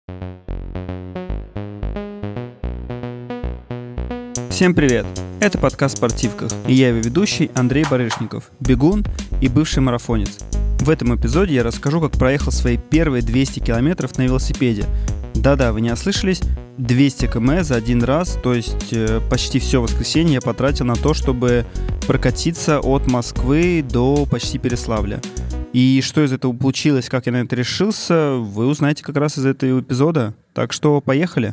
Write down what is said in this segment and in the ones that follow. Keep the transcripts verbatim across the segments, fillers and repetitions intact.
Всем привет! Это подкаст «Спортивках», и я его ведущий Андрей Барышников, бегун и бывший марафонец. В этом эпизоде я расскажу, как проехал свои первые двести километров на велосипеде. Да-да, вы не ослышались, двести километров за один раз, то есть э, почти все воскресенье я потратил на то, чтобы прокатиться от Москвы до почти Переславля. И что из этого получилось, как я на это решился, вы узнаете как раз из этого эпизода. Так что поехали!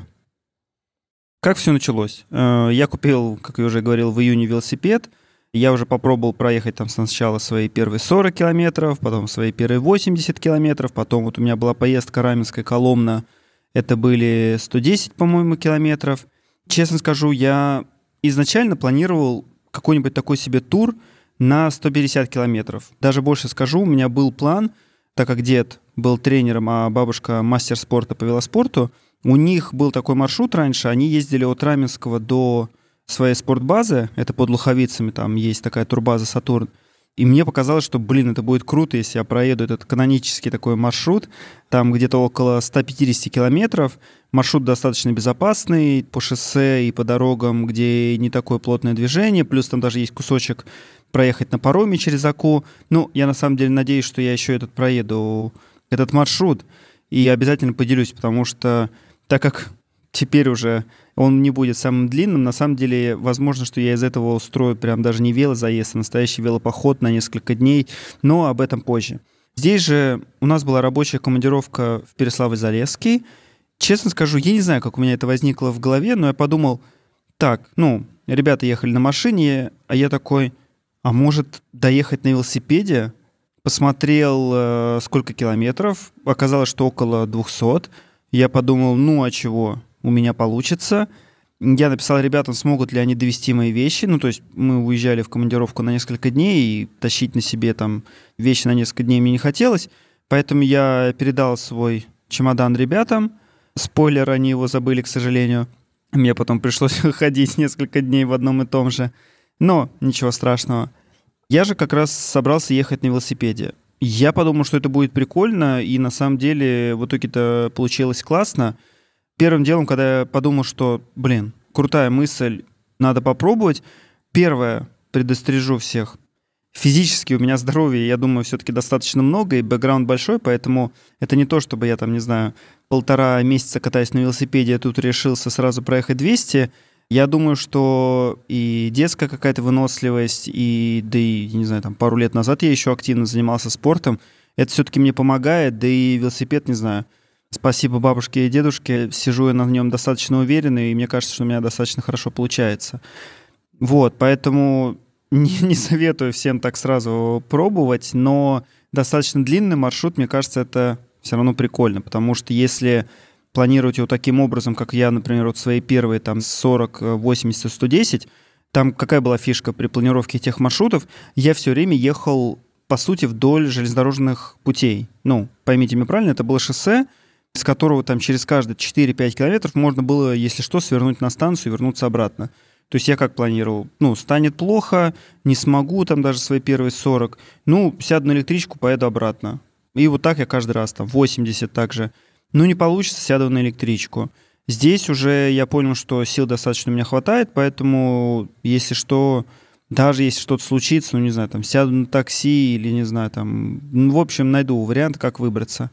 Как все началось? Я купил, как я уже говорил, в июне велосипед. Я уже попробовал проехать там сначала свои первые сорок километров, потом свои первые восемьдесят километров, потом вот у меня была поездка Раменская-Коломна, это были сто десять, по-моему, километров. Честно скажу, я изначально планировал какой-нибудь такой себе тур на сто пятьдесят километров. Даже больше скажу, у меня был план, так как дед был тренером, а бабушка мастер спорта по велоспорту. У них был такой маршрут раньше, они ездили от Раменского до своей спортбазы, это под Луховицами, там есть такая турбаза «Сатурн», и мне показалось, что, блин, это будет круто, если я проеду этот канонический такой маршрут, там где-то около сто пятьдесят километров, маршрут достаточно безопасный, по шоссе и по дорогам, где не такое плотное движение, плюс там даже есть кусочек проехать на пароме через Аку. Ну, я на самом деле надеюсь, что я еще этот проеду, этот маршрут, и обязательно поделюсь, потому что так как теперь уже он не будет самым длинным, на самом деле, возможно, что я из этого устрою прям даже не велозаезд, а настоящий велопоход на несколько дней, но об этом позже. Здесь же у нас была рабочая командировка в Переславль-Залесский. Честно скажу, я не знаю, как у меня это возникло в голове, но я подумал, так, ну, ребята ехали на машине, а я такой, а может доехать на велосипеде? Посмотрел, э, сколько километров, оказалось, что около двухсот. Я подумал, ну а чего, у меня получится. Я написал ребятам, смогут ли они довести мои вещи. Ну, то есть мы уезжали в командировку на несколько дней, и тащить на себе там вещи на несколько дней мне не хотелось. Поэтому я передал свой чемодан ребятам. Спойлер, они его забыли, к сожалению. Мне потом пришлось ходить несколько дней в одном и том же. Но ничего страшного. Я же как раз собрался ехать на велосипеде. Я подумал, что это будет прикольно, и на самом деле в итоге-то получилось классно. Первым делом, когда я подумал, что, блин, крутая мысль, надо попробовать. Первое, предостережу всех, физически у меня здоровья, я думаю, все-таки достаточно много, и бэкграунд большой, поэтому это не то, чтобы я там, не знаю, полтора месяца катаясь на велосипеде, я тут решился сразу проехать двести. Я думаю, что и детская какая-то выносливость, и, да и, не знаю, там пару лет назад я еще активно занимался спортом. Это все-таки мне помогает, да и велосипед, не знаю. Спасибо бабушке и дедушке, сижу я на нем достаточно уверенно, и мне кажется, что у меня достаточно хорошо получается. Вот, поэтому не, не советую всем так сразу пробовать, но достаточно длинный маршрут, мне кажется, это все равно прикольно, потому что если планировать его таким образом, как я, например, вот свои первые там сорок, восемьдесят, сто десять, там какая была фишка при планировке этих маршрутов? Я все время ехал, по сути, вдоль железнодорожных путей. Ну, поймите меня правильно, это было шоссе, с которого там через каждые четыре-пять километров можно было, если что, свернуть на станцию и вернуться обратно. То есть я как планировал? Ну, станет плохо, не смогу там даже свои первые сорок, ну, сяду на электричку, поеду обратно. И вот так я каждый раз, там, восемьдесят также. Ну, не получится, сяду на электричку. Здесь уже я понял, что сил достаточно у меня хватает, поэтому, если что, даже если что-то случится, ну, не знаю, там, сяду на такси или, не знаю, там, ну, в общем, найду вариант, как выбраться.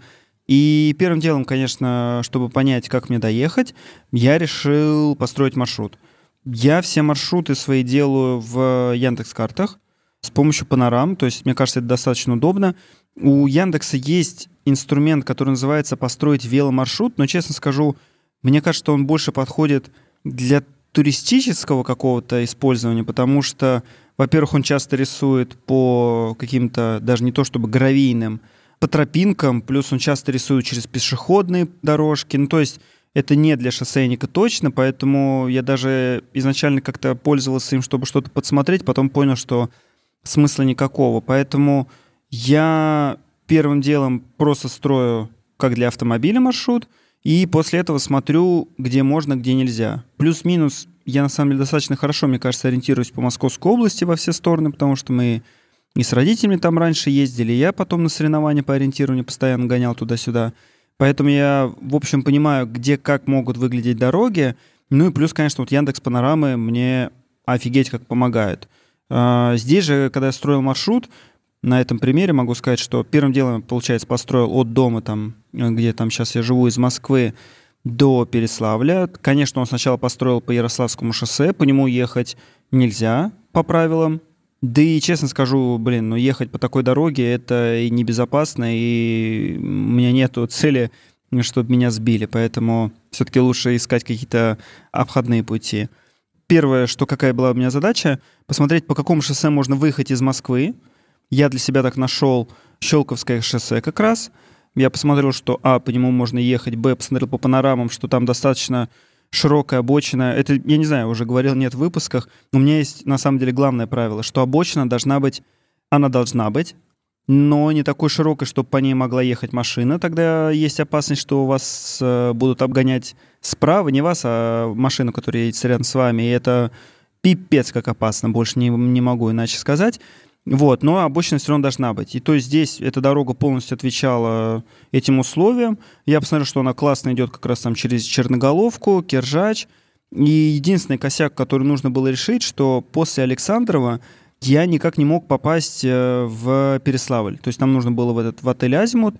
И первым делом, конечно, чтобы понять, как мне доехать, я решил построить маршрут. Я все маршруты свои делаю в Яндекс.Картах с помощью панорам, то есть, мне кажется, это достаточно удобно. У Яндекса есть инструмент, который называется «Построить веломаршрут», но, честно скажу, мне кажется, что он больше подходит для туристического какого-то использования, потому что, во-первых, он часто рисует по каким-то, даже не то чтобы гравийным, по тропинкам, плюс он часто рисует через пешеходные дорожки, ну, то есть это не для шоссейника точно, поэтому я даже изначально как-то пользовался им, чтобы что-то подсмотреть, потом понял, что смысла никакого, поэтому я первым делом просто строю, как для автомобиля, маршрут, и после этого смотрю, где можно, где нельзя. Плюс-минус я, на самом деле, достаточно хорошо, мне кажется, ориентируюсь по Московской области во все стороны, потому что мы и с родителями там раньше ездили, я потом на соревнования по ориентированию постоянно гонял туда-сюда. Поэтому я, в общем, понимаю, где как могут выглядеть дороги. Ну и плюс, конечно, вот Яндекс.Панорамы мне офигеть как помогают. Здесь же, когда я строил маршрут, на этом примере могу сказать, что первым делом, получается, построил от дома, там, где там сейчас я живу, из Москвы до Переславля. Конечно, он сначала построил по Ярославскому шоссе, по нему ехать нельзя по правилам. Да и, честно скажу, блин, ну ехать по такой дороге — это и небезопасно, и у меня нету цели, чтобы меня сбили, поэтому все-таки лучше искать какие-то обходные пути. Первое, что какая была у меня задача, посмотреть, по какому шоссе можно выехать из Москвы. Я для себя так нашел Щелковское шоссе как раз. Я посмотрел, что а, по нему можно ехать, б, посмотрел по панорамам, что там достаточно широкая обочина. Это, я не знаю, уже говорил, нет в выпусках. У меня есть, на самом деле, главное правило, что обочина должна быть, она должна быть, но не такой широкой, чтобы по ней могла ехать машина. Тогда есть опасность, что вас э, будут обгонять справа, не вас, а машину, которая едет рядом с вами. И это пипец как опасно, больше не, не могу иначе сказать. Вот, но обочина все равно должна быть. И то есть здесь эта дорога полностью отвечала этим условиям. Я посмотрел, что она классно идет как раз там через Черноголовку, Киржач. И единственный косяк, который нужно было решить, что после Александрова я никак не мог попасть в Переславль. То есть нам нужно было в этот в отель «Азимут»,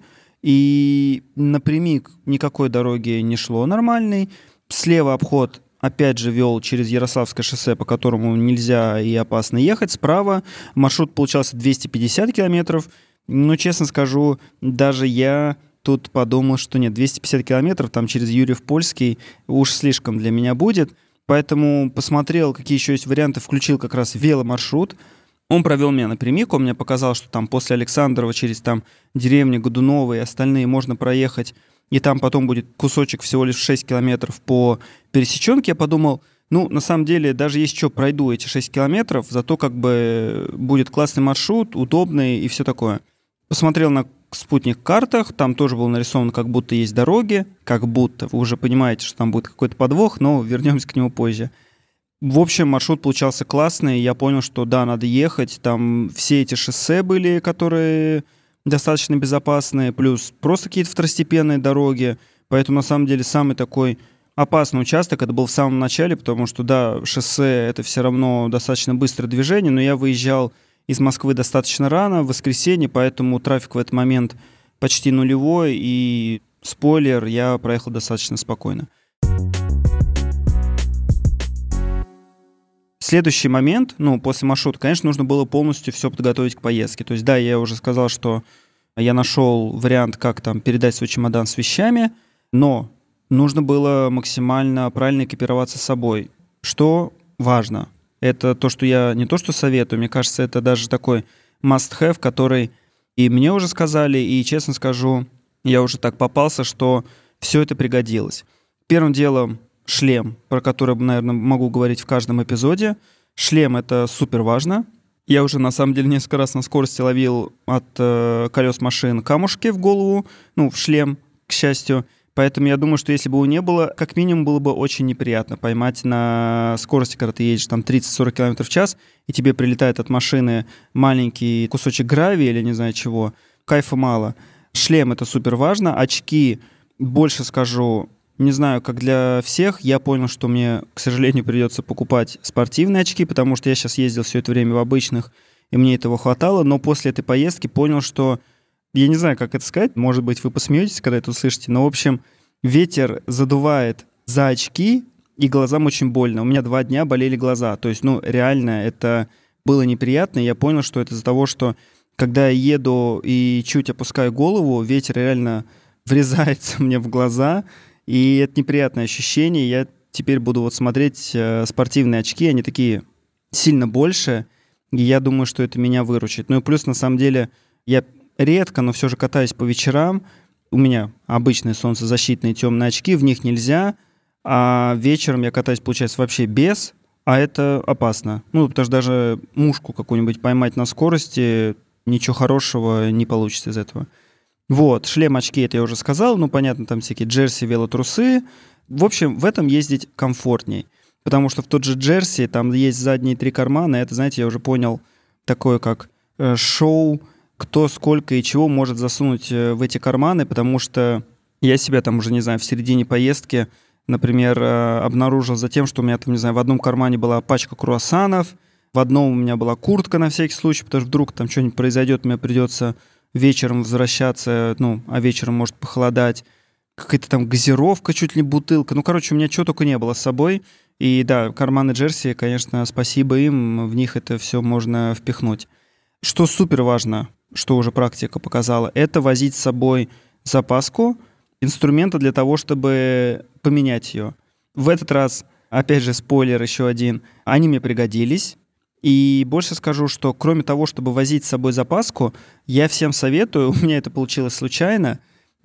и напрямик никакой дороги не шло нормальной. Слева обход опять же вел через Ярославское шоссе, по которому нельзя и опасно ехать. Справа маршрут получался двести пятьдесят километров. Но, честно скажу, даже я тут подумал, что нет, двести пятьдесят километров там через Юрьев-Польский уж слишком для меня будет. Поэтому посмотрел, какие еще есть варианты, включил как раз веломаршрут. Он провел меня напрямик, он мне показал, что там после Александрова через там деревни Годунова и остальные можно проехать, и там потом будет кусочек всего лишь шесть километров по пересеченке. Я подумал, ну, на самом деле, даже если что, пройду эти шесть километров, зато как бы будет классный маршрут, удобный и все такое. Посмотрел на спутник-картах, там тоже было нарисовано, как будто есть дороги, как будто, вы уже понимаете, что там будет какой-то подвох, но вернемся к нему позже. В общем, маршрут получался классный, я понял, что да, надо ехать, там все эти шоссе были, которые достаточно безопасные, плюс просто какие-то второстепенные дороги, поэтому на самом деле самый такой опасный участок это был в самом начале, потому что да, шоссе это все равно достаточно быстрое движение, но я выезжал из Москвы достаточно рано, в воскресенье, поэтому трафик в этот момент почти нулевой, и спойлер, я проехал достаточно спокойно. Следующий момент, ну, после маршрута, конечно, нужно было полностью все подготовить к поездке. То есть, да, я уже сказал, что я нашел вариант, как там передать свой чемодан с вещами, но нужно было максимально правильно экипироваться с собой. Что важно? Это то, что я не то что советую, мне кажется, это даже такой must-have, который и мне уже сказали, и, честно скажу, я уже так попался, что все это пригодилось. Первым делом шлем, про который, наверное, могу говорить в каждом эпизоде. Шлем — это супер важно. Я уже, на самом деле, несколько раз на скорости ловил от э, колес машин камушки в голову, ну, в шлем, к счастью. Поэтому я думаю, что если бы его не было, как минимум было бы очень неприятно поймать на скорости, когда ты едешь там тридцать-сорок километров в час, и тебе прилетает от машины маленький кусочек гравия или не знаю чего. Кайфа мало. Шлем — это супер важно. Очки, больше скажу, не знаю, как для всех, я понял, что мне, к сожалению, придется покупать спортивные очки, потому что я сейчас ездил все это время в обычных, и мне этого хватало, но после этой поездки понял, что я не знаю, как это сказать, может быть, вы посмеетесь, когда это услышите, но, в общем, ветер задувает за очки, и глазам очень больно. У меня два дня болели глаза, то есть, ну, реально, это было неприятно, и я понял, что это из-за того, что, когда я еду и чуть опускаю голову, ветер реально врезается мне в глаза, и это неприятное ощущение. Я теперь буду вот смотреть э, спортивные очки, они такие сильно больше, и я думаю, что это меня выручит. Ну и плюс, на самом деле, я редко, но все же катаюсь по вечерам. У меня обычные солнцезащитные темные очки, в них нельзя, а вечером я катаюсь, получается, вообще без, а это опасно. Ну, потому что даже мушку какую-нибудь поймать на скорости, ничего хорошего не получится из этого. Вот, шлем, очки, это я уже сказал, ну, понятно, там всякие джерси, велотрусы. В общем, в этом ездить комфортней, потому что в тот же джерси там есть задние три кармана, это, знаете, я уже понял, такое как э, шоу, кто сколько и чего может засунуть в эти карманы, потому что Я себя там уже, не знаю, в середине поездки, например, обнаружил за тем, что у меня там, не знаю, в одном кармане была пачка круассанов, в одном у меня была куртка на всякий случай, потому что вдруг там что-нибудь произойдет, мне придется вечером возвращаться, ну, а вечером может похолодать. Какая-то там газировка, чуть ли бутылка. Ну, короче, у меня чего только не было с собой. И да, карманы Джерси, конечно, спасибо им, в них это все можно впихнуть. Что супер важно, что уже практика показала, это возить с собой запаску инструмента для того, чтобы поменять ее. В этот раз, опять же, спойлер еще один, они мне пригодились. И больше скажу, что кроме того, чтобы возить с собой запаску, я всем советую, у меня это получилось случайно,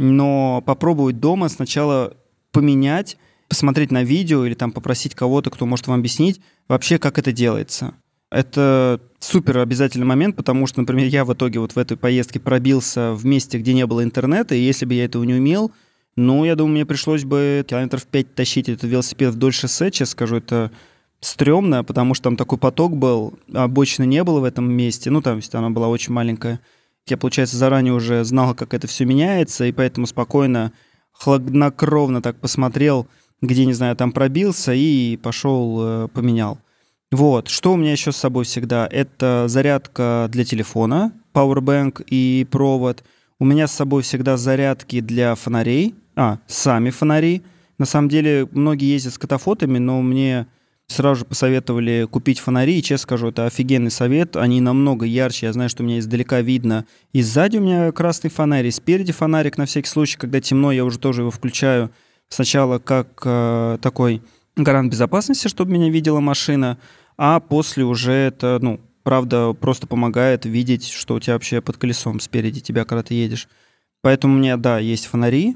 но попробовать дома сначала поменять, посмотреть на видео или там попросить кого-то, кто может вам объяснить вообще, как это делается. Это супер обязательный момент, потому что, например, я в итоге вот в этой поездке пробился в месте, где не было интернета, и если бы я этого не умел, ну, я думаю, мне пришлось бы километров пять тащить этот велосипед вдоль шоссе, честно скажу, это стрёмно, потому что там такой поток был, а обочины не было в этом месте, ну, там, она была очень маленькая. Я, получается, заранее уже знал, как это все меняется, и поэтому спокойно, хладнокровно так посмотрел, где, не знаю, там пробился, и пошел, э, поменял. Вот. Что у меня еще с собой всегда? Это зарядка для телефона, Powerbank и провод. У меня с собой всегда зарядки для фонарей, а, сами фонари. На самом деле, многие ездят с катафотами, но мне сразу же посоветовали купить фонари, и, честно скажу, это офигенный совет, они намного ярче, я знаю, что меня издалека видно, и сзади у меня красный фонарь, и спереди фонарик на всякий случай, когда темно, я уже тоже его включаю сначала как э, такой гарант безопасности, чтобы меня видела машина, а после уже это, ну, правда, просто помогает видеть, что у тебя вообще под колесом спереди тебя, когда ты едешь. Поэтому у меня, да, есть фонари.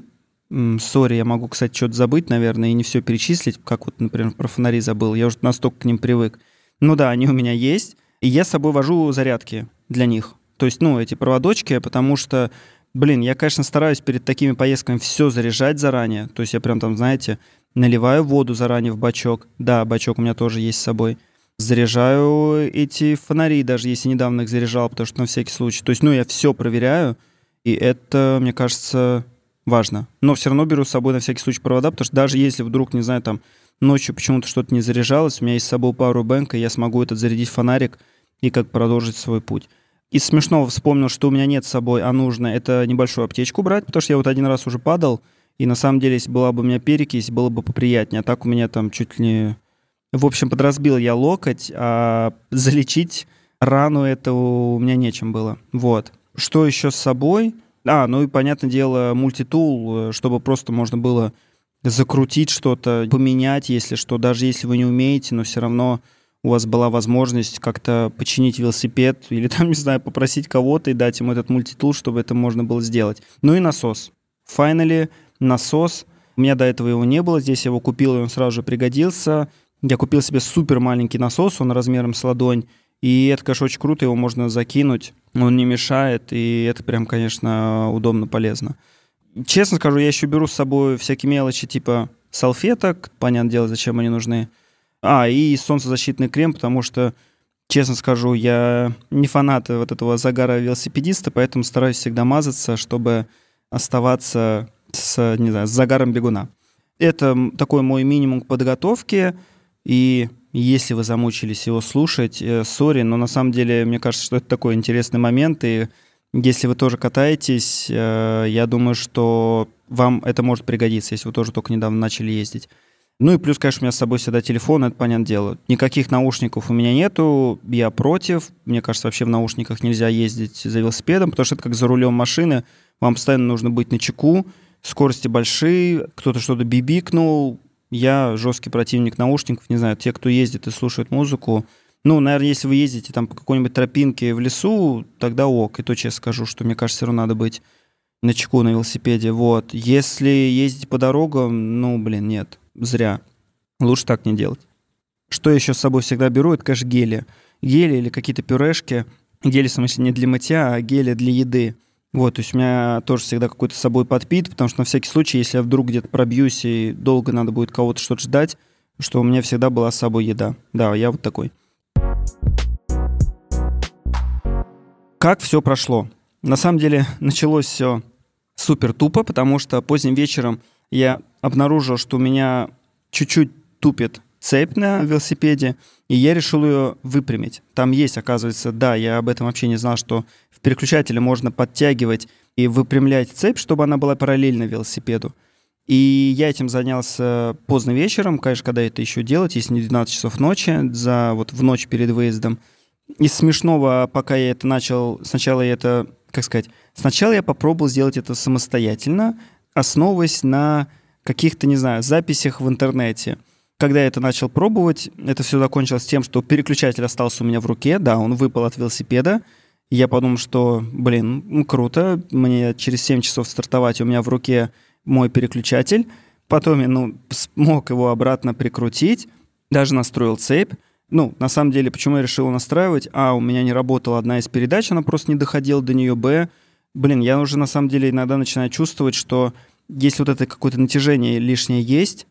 Сори, я могу, кстати, что-то забыть, наверное, и не все перечислить, как вот, например, про фонари забыл. Я уже настолько к ним привык. Ну да, они у меня есть. И я с собой вожу зарядки для них. То есть, ну, эти проводочки, потому что, блин, я, конечно, стараюсь перед такими поездками все заряжать заранее. То есть я прям там, знаете, наливаю воду заранее в бачок. Да, бачок у меня тоже есть с собой. Заряжаю эти фонари, даже если недавно их заряжал, потому что на всякий случай. То есть, ну, я все проверяю, и это, мне кажется, важно. Но все равно беру с собой на всякий случай провода, потому что даже если вдруг, не знаю, там ночью почему-то что-то не заряжалось, у меня есть с собой Powerbank, и я смогу этот зарядить фонарик и как продолжить свой путь. Из смешного вспомнил, что у меня нет с собой, а нужно это небольшую аптечку брать, потому что я вот один раз уже падал, и на самом деле, если была бы у меня перекись, было бы поприятнее. А так у меня там чуть ли не... В общем, подразбил я локоть, а залечить рану это у меня нечем было. Вот. Что еще с собой? А, ну и, понятное дело, мультитул, чтобы просто можно было закрутить что-то, поменять, если что, даже если вы не умеете, но все равно у вас была возможность как-то починить велосипед или там, не знаю, попросить кого-то и дать ему этот мультитул, чтобы это можно было сделать. Ну и насос. Finally, насос. У меня до этого его не было, здесь я его купил, и он сразу же пригодился. Я купил себе супер маленький насос, он размером с ладонь, и это, конечно, очень круто, его можно закинуть, он не мешает, и это прям, конечно, удобно, полезно. Честно скажу, я еще беру с собой всякие мелочи типа салфеток, понятное дело, зачем они нужны. А, и солнцезащитный крем, потому что, честно скажу, я не фанат вот этого загара велосипедиста, поэтому стараюсь всегда мазаться, чтобы оставаться с, не знаю, с загаром бегуна. Это такой мой минимум к подготовке. И если вы замучились его слушать, сори, но на самом деле, мне кажется, что это такой интересный момент, и если вы тоже катаетесь, я думаю, что вам это может пригодиться, если вы тоже только недавно начали ездить. Ну и плюс, конечно, у меня с собой всегда телефон, это понятное дело. Никаких наушников у меня нету, я против. Мне кажется, вообще в наушниках нельзя ездить за велосипедом, потому что это как за рулем машины, вам постоянно нужно быть начеку, скорости большие, кто-то что-то бибикнул. Я жесткий противник наушников, не знаю, те, кто ездит и слушает музыку. Ну, наверное, если вы ездите там по какой-нибудь тропинке в лесу, тогда ок. И то честно скажу, что, мне кажется, все равно надо быть начеку на велосипеде. Вот. Если ездить по дорогам, ну, блин, нет, зря. Лучше так не делать. Что я еще с собой всегда беру, это, конечно, гели. Гели или какие-то пюрешки. Гели, в смысле, не для мытья, а гели для еды. Вот, то есть у меня тоже всегда какой-то с собой подпит, потому что на всякий случай, если я вдруг где-то пробьюсь и долго надо будет кого-то что-то ждать, что у меня всегда была с собой еда. Да, я вот такой. Как все прошло? На самом деле началось все супер тупо, потому что поздним вечером я обнаружил, что у меня чуть-чуть тупит цепь на велосипеде, и я решил ее выпрямить. Там есть, оказывается, да, я об этом вообще не знал, что в переключателе можно подтягивать и выпрямлять цепь, чтобы она была параллельна велосипеду. И я этим занялся поздно вечером, конечно, когда это еще делать, если не двенадцать часов ночи, за, вот в ночь перед выездом. Из смешного, пока я это начал, сначала я это, как сказать, сначала я попробовал сделать это самостоятельно, основываясь на каких-то, не знаю, записях в интернете. Когда я это начал пробовать, это все закончилось тем, что переключатель остался у меня в руке, да, он выпал от велосипеда. Я подумал, что, блин, ну, круто, мне через семь часов стартовать, у меня в руке мой переключатель. Потом я, ну, смог его обратно прикрутить, даже настроил цепь. Ну, на самом деле, почему я решил настраивать? А, у меня не работала одна из передач, она просто не доходила до нее. Б, блин, я уже на самом деле иногда начинаю чувствовать, что если вот это какое-то натяжение лишнее есть,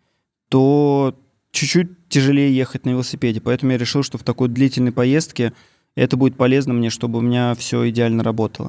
то чуть-чуть тяжелее ехать на велосипеде. Поэтому я решил, что в такой длительной поездке это будет полезно мне, чтобы у меня все идеально работало.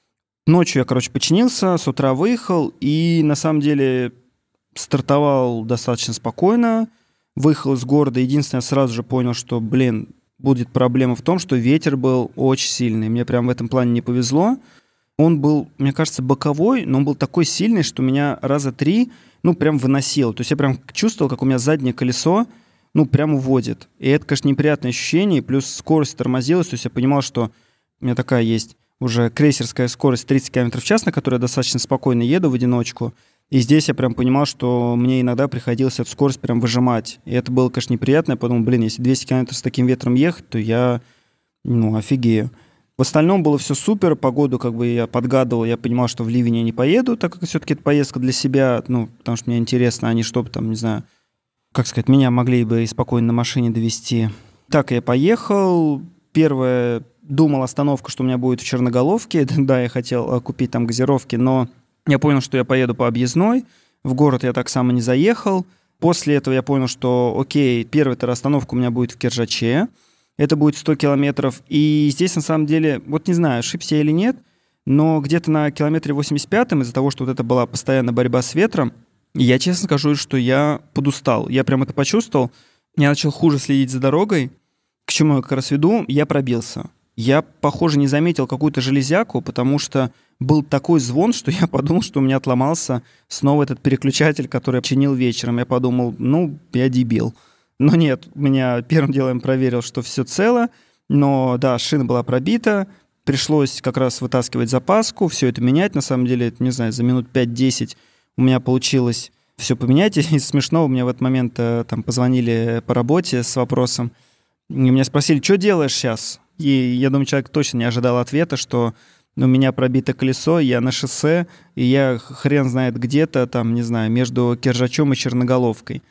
Ночью я, короче, починился, с утра выехал, и на самом деле стартовал достаточно спокойно. Выехал из города. Единственное, я сразу же понял, что, блин, будет проблема в том, что ветер был очень сильный. Мне прям в этом плане не повезло. Он был, мне кажется, боковой, но он был такой сильный, что меня раза три, ну, прям выносило. То есть я прям чувствовал, как у меня заднее колесо, ну, прям уводит. И это, конечно, неприятное ощущение, плюс скорость тормозилась. То есть я понимал, что у меня такая есть уже крейсерская скорость тридцать километров в час, на которой я достаточно спокойно еду в одиночку. И здесь я прям понимал, что мне иногда приходилось эту скорость прям выжимать. И это было, конечно, неприятно. Я подумал, блин, если двести километров с таким ветром ехать, то я, ну, офигею. В остальном было все супер. Погоду как бы я подгадывал. Я понимал, что в ливень я не поеду, так как все-таки это поездка для себя. Ну, потому что мне интересно, а не чтобы там, не знаю, как сказать, меня могли бы и спокойно на машине довезти. Так я поехал. Первое, думал остановка, что у меня будет в Черноголовке. Да, я хотел купить там газировки, но я понял, что я поеду по объездной. В город я так само не заехал. После этого я понял, что, окей, первая остановка у меня будет в Киржаче. Это будет сто километров. И здесь, на самом деле, вот не знаю, ошибся я или нет, но где-то на километре восемьдесят пятом, из-за того, что вот это была постоянная борьба с ветром, я честно скажу, что я подустал. Я прям это почувствовал. Я начал хуже следить за дорогой. К чему я как раз веду? Я пробился. Я, похоже, не заметил какую-то железяку, потому что был такой звон, что я подумал, что у меня отломался снова этот переключатель, который я чинил вечером. Я подумал, ну, я дебил. Но нет, у меня первым делом проверил, что все цело. Но да, шина была пробита. Пришлось как раз вытаскивать запаску, все это менять. На самом деле, это, не знаю, за минут пять-десять у меня получилось все поменять. И смешно, мне в этот момент там позвонили по работе с вопросом. И меня спросили, что делаешь сейчас? И я думаю, человек точно не ожидал ответа, что у меня пробито колесо, я на шоссе, и я хрен знает где-то, там, не знаю, между Киржачом и Черноголовкой.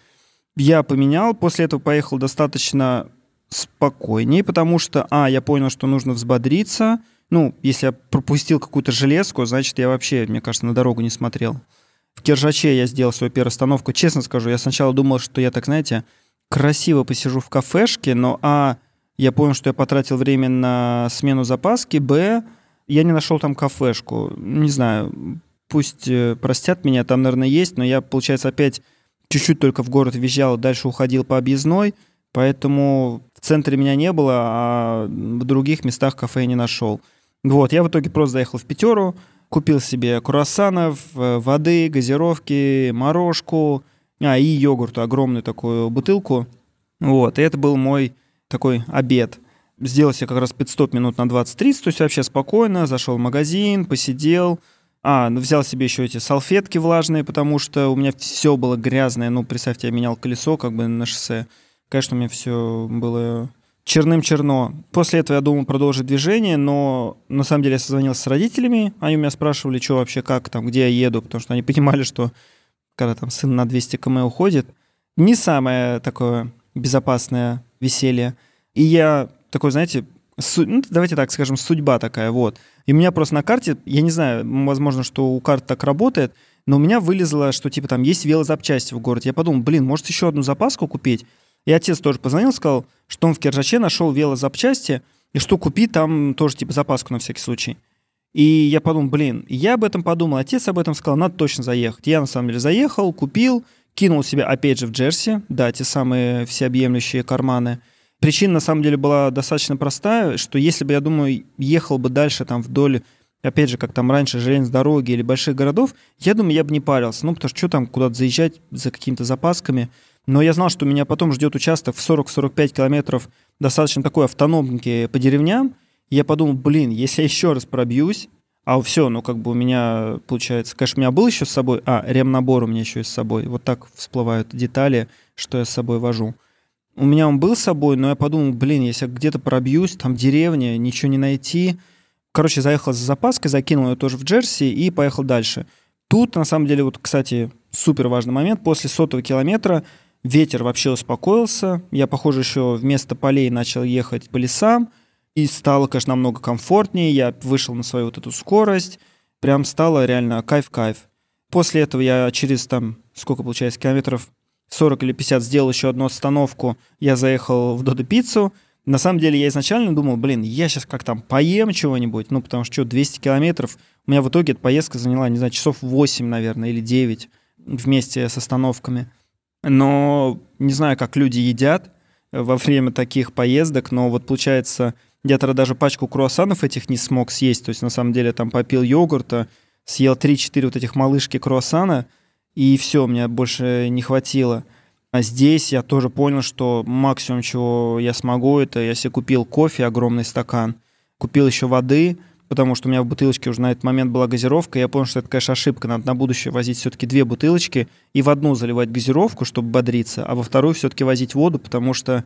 Я поменял, после этого поехал достаточно спокойнее, потому что, а, я понял, что нужно взбодриться. Ну, если я пропустил какую-то железку, значит, я вообще, мне кажется, на дорогу не смотрел. В Киржаче я сделал свою первую остановку. Честно скажу, я сначала думал, что я так, знаете, красиво посижу в кафешке, но, а, я понял, что я потратил время на смену запаски, б, я не нашел там кафешку. Не знаю, пусть простят меня, там, наверное, есть, но я, получается, опять чуть-чуть только в город въезжал, дальше уходил по объездной, поэтому в центре меня не было, а в других местах кафе я не нашел. Вот, я в итоге просто заехал в Пятеру, купил себе круассанов, воды, газировки, морожку, а, и йогурту, огромную такую бутылку. Вот, и это был мой такой обед. Сделал себе как раз пит-стоп минут на двадцать-тридцать, то есть вообще спокойно, зашел в магазин, посидел. А, ну взял себе еще эти салфетки влажные, потому что у меня все было грязное. Ну, представьте, я менял колесо как бы на шоссе. Конечно, у меня все было черным-черно. После этого я думал продолжить движение, но на самом деле я созвонился с родителями. Они у меня спрашивали, что вообще, как там, где я еду, потому что они понимали, что когда там сын на двести километров уходит, не самое такое безопасное веселье. И я такой, знаете, су- ну, давайте так скажем, судьба такая, вот. И у меня просто на карте, я не знаю, возможно, что у карт так работает, но у меня вылезло, что типа там есть велозапчасти в городе. Я подумал, блин, может еще одну запаску купить? И отец тоже позвонил, сказал, что он в Киржаче нашел велозапчасти, и что купить там тоже типа запаску на всякий случай. И я подумал, блин, я об этом подумал, отец об этом сказал, надо точно заехать. Я на самом деле заехал, купил, кинул себя опять же в джерси, да, те самые всеобъемлющие карманы. Причина на самом деле была достаточно простая, что если бы, я думаю, ехал бы дальше там вдоль, опять же, как там раньше, железной дороги или больших городов, я думаю, я бы не парился. Ну, потому что что там куда-то заезжать за какими-то запасками. Но я знал, что меня потом ждет участок в сорок-сорок пять километров, достаточно такой автономненький по деревням. И я подумал, блин, если я еще раз пробьюсь, а все, ну как бы у меня, получается, конечно, у меня был еще с собой, а, ремнабор у меня еще есть с собой. Вот так всплывают детали, что я с собой вожу. У меня он был с собой, но я подумал, блин, если я где-то пробьюсь, там деревня, ничего не найти. Короче, заехал за запаской, закинул ее тоже в джерси и поехал дальше. Тут, на самом деле, вот, кстати, супер важный момент. После сотого километра ветер вообще успокоился. Я, похоже, еще вместо полей начал ехать по лесам. И стало, конечно, намного комфортнее. Я вышел на свою вот эту скорость. Прям стало реально кайф-кайф. После этого я через, там, сколько получается, километров сорок или пятьдесят сделал еще одну остановку. Я заехал в Додо Пиццу. На самом деле я изначально думал, блин, я сейчас как там поем чего-нибудь. Ну, потому что что, двести километров. У меня в итоге эта поездка заняла, не знаю, часов восемь, наверное, или девять вместе с остановками. Но не знаю, как люди едят во время таких поездок, но вот получается... Я тогда даже пачку круассанов этих не смог съесть. То есть, на самом деле, там попил йогурта, съел три-четыре вот этих малышки круассана, и все, мне больше не хватило. А здесь я тоже понял, что максимум, чего я смогу, это я себе купил кофе, огромный стакан, купил еще воды, потому что у меня в бутылочке уже на этот момент была газировка, и я понял, что это, конечно, ошибка. Надо на будущее возить все-таки две бутылочки и в одну заливать газировку, чтобы бодриться, а во вторую все-таки возить воду, потому что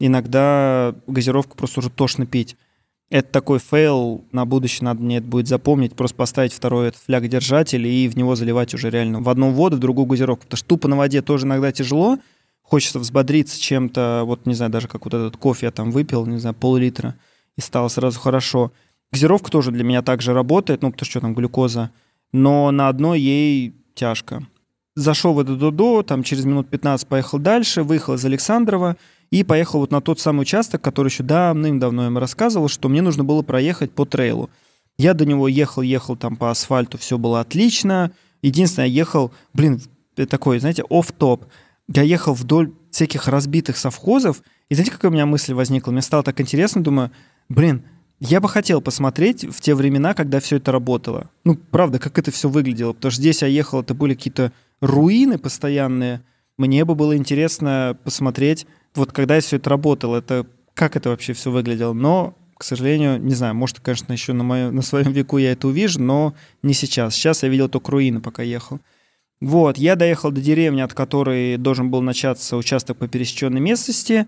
иногда газировку просто уже тошно пить. Это такой фейл, на будущее надо мне это будет запомнить, просто поставить второй этот флягодержатель и в него заливать уже реально в одну воду, в другую газировку. Потому что тупо на воде тоже иногда тяжело, хочется взбодриться чем-то, вот не знаю, даже как вот этот кофе я там выпил, не знаю, пол-литра, и стало сразу хорошо. Газировка тоже для меня также работает, ну потому что там глюкоза, но на одной ей тяжко. Зашел в это Додо, там через минут пятнадцать поехал дальше, выехал из Александрова, и поехал вот на тот самый участок, который еще давным-давно ему рассказывал, что мне нужно было проехать по трейлу. Я до него ехал-ехал там по асфальту, все было отлично. Единственное, я ехал, блин, такой, знаете, офф-топ. Я ехал вдоль всяких разбитых совхозов, и знаете, какая у меня мысль возникла? Мне стало так интересно, думаю, блин, я бы хотел посмотреть в те времена, когда все это работало. Ну, правда, как это все выглядело. Потому что здесь я ехал, это были какие-то руины постоянные. Мне бы было интересно посмотреть, вот когда все это работало, это, как это вообще все выглядело. Но, к сожалению, не знаю, может, конечно, еще на, моем, на своем веку я это увижу, но не сейчас. Сейчас я видел только руины, пока ехал. Вот, я доехал до деревни, от которой должен был начаться участок по пересеченной местности,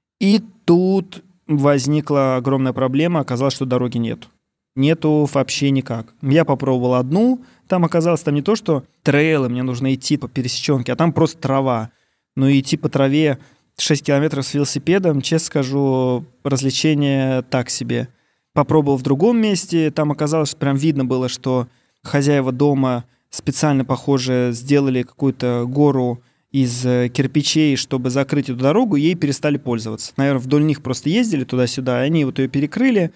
и тут возникла огромная проблема, оказалось, что дороги нет. Нету вообще никак. Я попробовал одну, там оказалось, там не то, что трейлы, мне нужно идти по пересеченке, а там просто трава. Ну и идти по траве шесть километров с велосипедом, честно скажу, развлечение так себе. Попробовал в другом месте, там оказалось, прям видно было, что хозяева дома специально, похоже, сделали какую-то гору из кирпичей, чтобы закрыть эту дорогу, ей перестали пользоваться. Наверное, вдоль них просто ездили туда-сюда, они вот ее перекрыли.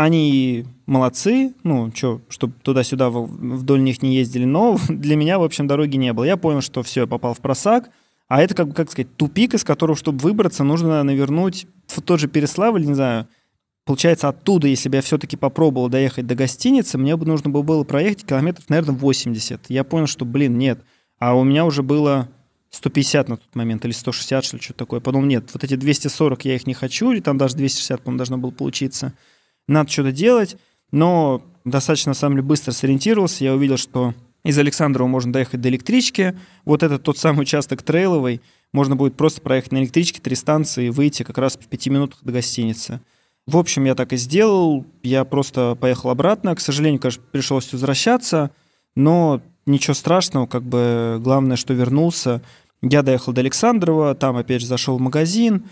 Они молодцы, ну, что, чтобы туда-сюда вдоль них не ездили, но для меня, в общем, дороги не было. Я понял, что все, я попал в просак, а это, как, как сказать, тупик, из которого, чтобы выбраться, нужно навернуть в тот же Переславль, не знаю. Получается, оттуда, если бы я все-таки попробовал доехать до гостиницы, мне бы нужно было проехать километров, наверное, восемьдесят. Я понял, что, блин, нет. А у меня уже было сто пятьдесят на тот момент, или сто шестьдесят, что ли, что-то такое. Подумал, нет, вот эти двести сорок я их не хочу, или там даже двести шестьдесят, по-моему, должно было получиться. Надо что-то делать, но достаточно, на самом деле, быстро сориентировался. Я увидел, что из Александрова можно доехать до электрички. Вот этот тот самый участок трейловый. Можно будет просто проехать на электричке три станции и выйти как раз в пяти минутах до гостиницы. В общем, я так и сделал. Я просто поехал обратно. К сожалению, конечно, пришлось возвращаться, но ничего страшного. Как бы главное, что вернулся. Я доехал до Александрова, там опять же зашел в магазин,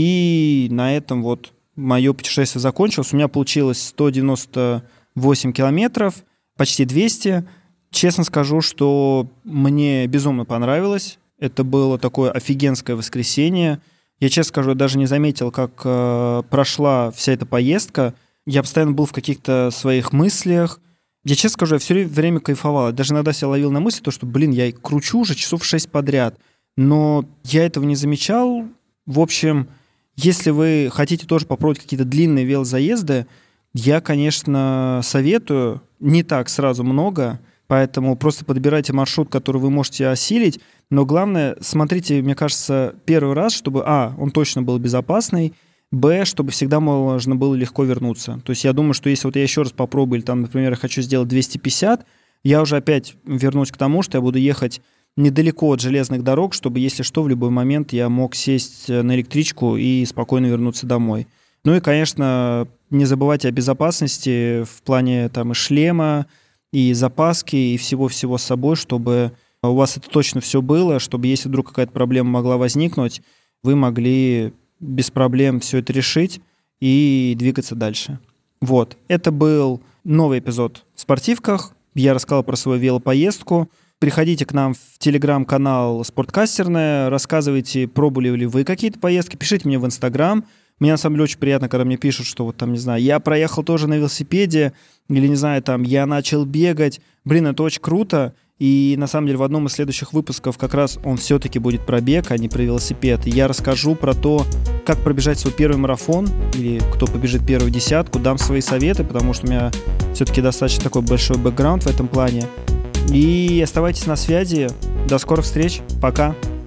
и на этом вот мое путешествие закончилось. У меня получилось сто девяносто восемь километров, почти двести. Честно скажу, что мне безумно понравилось. Это было такое офигенское воскресенье. Я, честно скажу, я даже не заметил, как э, прошла вся эта поездка. Я постоянно был в каких-то своих мыслях. Я честно скажу, я все время кайфовал. Я даже иногда себя ловил на мысли, то, что, блин, я кручу уже часов шесть подряд. Но я этого не замечал. В общем, если вы хотите тоже попробовать какие-то длинные велозаезды, я, конечно, советую. Не так сразу много, поэтому просто подбирайте маршрут, который вы можете осилить. Но главное, смотрите, мне кажется, первый раз, чтобы, а, он точно был безопасный, б, чтобы всегда можно было легко вернуться. То есть я думаю, что если вот я еще раз попробую, или там, например, я хочу сделать двести пятьдесят, я уже опять вернусь к тому, что я буду ехать недалеко от железных дорог, чтобы, если что, в любой момент я мог сесть на электричку и спокойно вернуться домой. Ну и, конечно, не забывайте о безопасности в плане там и шлема, и запаски, и всего-всего с собой, чтобы у вас это точно все было, чтобы если вдруг какая-то проблема могла возникнуть, вы могли без проблем все это решить и двигаться дальше. Вот. Это был новый эпизод в «Спортивках». Я рассказал про свою велопоездку. Приходите к нам в телеграм-канал «Спорткастерная», рассказывайте, пробовали ли вы какие-то поездки, пишите мне в Инстаграм. Мне на самом деле очень приятно, когда мне пишут, что вот там, не знаю, я проехал тоже на велосипеде, или, не знаю, там, я начал бегать. Блин, это очень круто. И на самом деле в одном из следующих выпусков как раз он все-таки будет про бег, а не про велосипед. И я расскажу про то, как пробежать свой первый марафон, или кто побежит первую десятку, дам свои советы, потому что у меня все-таки достаточно такой большой бэкграунд в этом плане. И оставайтесь на связи. До скорых встреч. Пока.